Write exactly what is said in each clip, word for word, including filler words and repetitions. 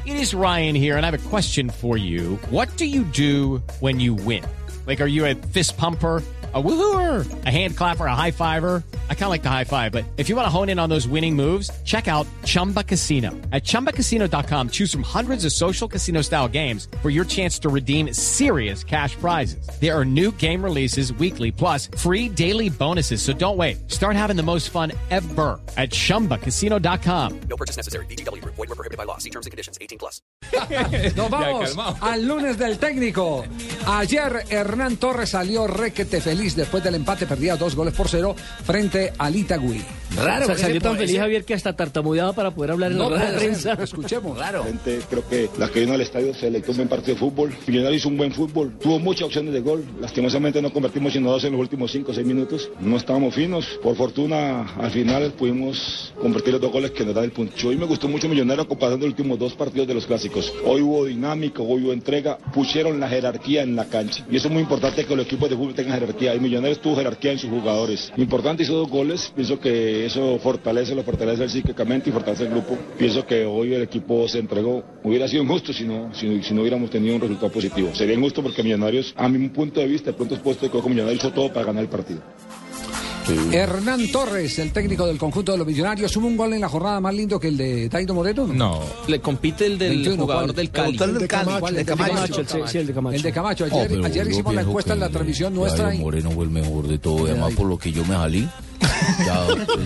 It is Ryan here, and I have a question for you. What do you do when you win? Like, are you a fist pumper, a woo-hooer, a hand clapper, a high fiver? I kind of like the high five, but if you want to hone in on those winning moves, check out Chumba Casino. At chumba casino dot com, choose from hundreds of social casino style games for your chance to redeem serious cash prizes. There are new game releases weekly, plus free daily bonuses. So don't wait. Start having the most fun ever at chumba casino dot com. No purchase necessary. V G W Group. Void where prohibited by law. See terms and conditions. eighteen plus. Nos vamos al lunes del técnico. Ayer Hernán Torres salió requete feliz después del empate, perdía dos goles por cero frente al Itagüí. Raro, o sea, salió tan feliz Javier que hasta tartamudeaba para poder hablar en no, la prensa. Escuchemos. Raro. Gente, creo que la que vino al estadio se le tomó un partido de fútbol. Millonarios hizo un buen fútbol, tuvo muchas opciones de gol. Lastimosamente no convertimos sino dos en los últimos cinco o seis minutos. No estábamos finos. Por fortuna, al final pudimos convertir los dos goles que nos da el punto. Hoy me gustó mucho Millonarios comparando los últimos dos partidos de los clásicos. Hoy hubo dinámica, hoy hubo entrega, pusieron la jerarquía en la cancha. Y eso es muy importante, que los equipos de fútbol tengan jerarquía. Y Millonarios tuvo jerarquía en sus jugadores. Importante, hizo dos goles. Pienso que eso fortalece, lo fortalece el psíquicamente y fortalece el grupo. Pienso que hoy el equipo se entregó. Hubiera sido injusto si no, si, si no hubiéramos tenido un resultado positivo. Sería injusto porque Millonarios, a mi punto de vista, de pronto es puesto de que Millonarios hizo todo para ganar el partido. Sí. Hernán Torres, el técnico del conjunto de los Millonarios, ¿hubo un gol en la jornada más lindo que el de Dairo Moreno? No, no. Le compite el del veintiuno, jugador ¿cuál? Del Cali. El de Camacho. ¿Cuál? El de Camacho. Camacho. El, sí, el de Camacho. El de Camacho. Ayer, oh, ayer hicimos la encuesta en la transmisión nuestra. Dairo Moreno fue el mejor de todo, y además por lo que yo me salí. Ya,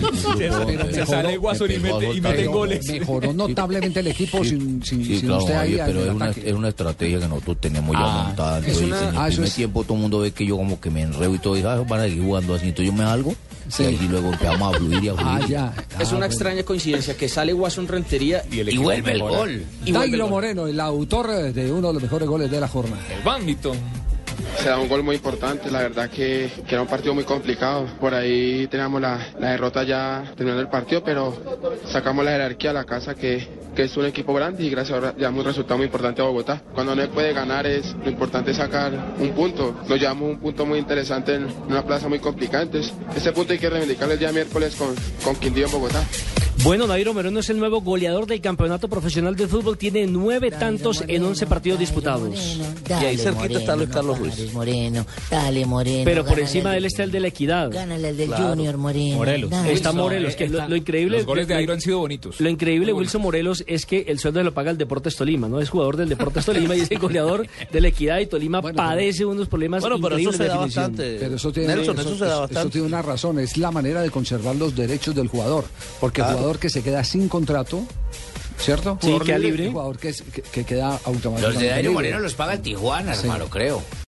se, se sale Guasón y mete, y mete goles. Mejoró notablemente el equipo sí, sin, sin, sí, sin claro, usted ahí. Pero es una, es una estrategia que nosotros tenemos ya ah, montada. Entonces, una, en el ah, primer es... tiempo todo el mundo ve que yo como que me enredo y todo, y ah, van a seguir jugando así. Entonces yo me salgo sí. Y así luego empezamos a fluir y a fluir. Ah, ya. Ah, es una bueno. extraña coincidencia que sale Guasón Rentería y, el y vuelve el gol. Y Dairo Moreno, el autor de uno de los mejores goles de la jornada. El Bambito. Se da un gol muy importante, la verdad que, que era un partido muy complicado. Por ahí teníamos la, la derrota ya terminando el partido, pero sacamos la jerarquía a la casa, que, que es un equipo grande y gracias a llevamos un resultado muy importante a Bogotá. Cuando no se puede ganar, es lo importante es sacar un punto. Nos llevamos un punto muy interesante en una plaza muy complicada. Entonces, este punto hay que reivindicarlo el día miércoles con, con Quindío en Bogotá. Bueno, Dairo Moreno es el nuevo goleador del campeonato profesional de fútbol. Tiene nueve dale, tantos Moreno, en once partidos dale, disputados. Moreno, dale, y ahí cerquita Moreno, está Luis Carlos Ruiz. Dale, Moreno, dale, Moreno. Pero por encima de él está el de la Equidad. Gánale el del claro. Junior, Moreno. Morelos. Dale. Está Morelos. Que lo, lo increíble, los goles de Dairo han sido bonitos. Lo increíble, Wilson Morelos, es que el sueldo lo paga el Deportes Tolima, ¿no? Es jugador del Deportes Tolima y es el goleador de la Equidad, y Tolima bueno, padece pero, unos problemas bueno, pero increíbles eso se de da definición. bastante. Pero eso tiene, Nelson, eso, eso se da eso, bastante. eso tiene una razón, es la manera de conservar los derechos del jugador. Porque claro. El jugador que se queda sin contrato, ¿cierto? Sí, queda libre. El jugador que, que, que queda automáticamente Los de Dairo libre. Moreno los paga el Tijuana, sí. Hermano, creo.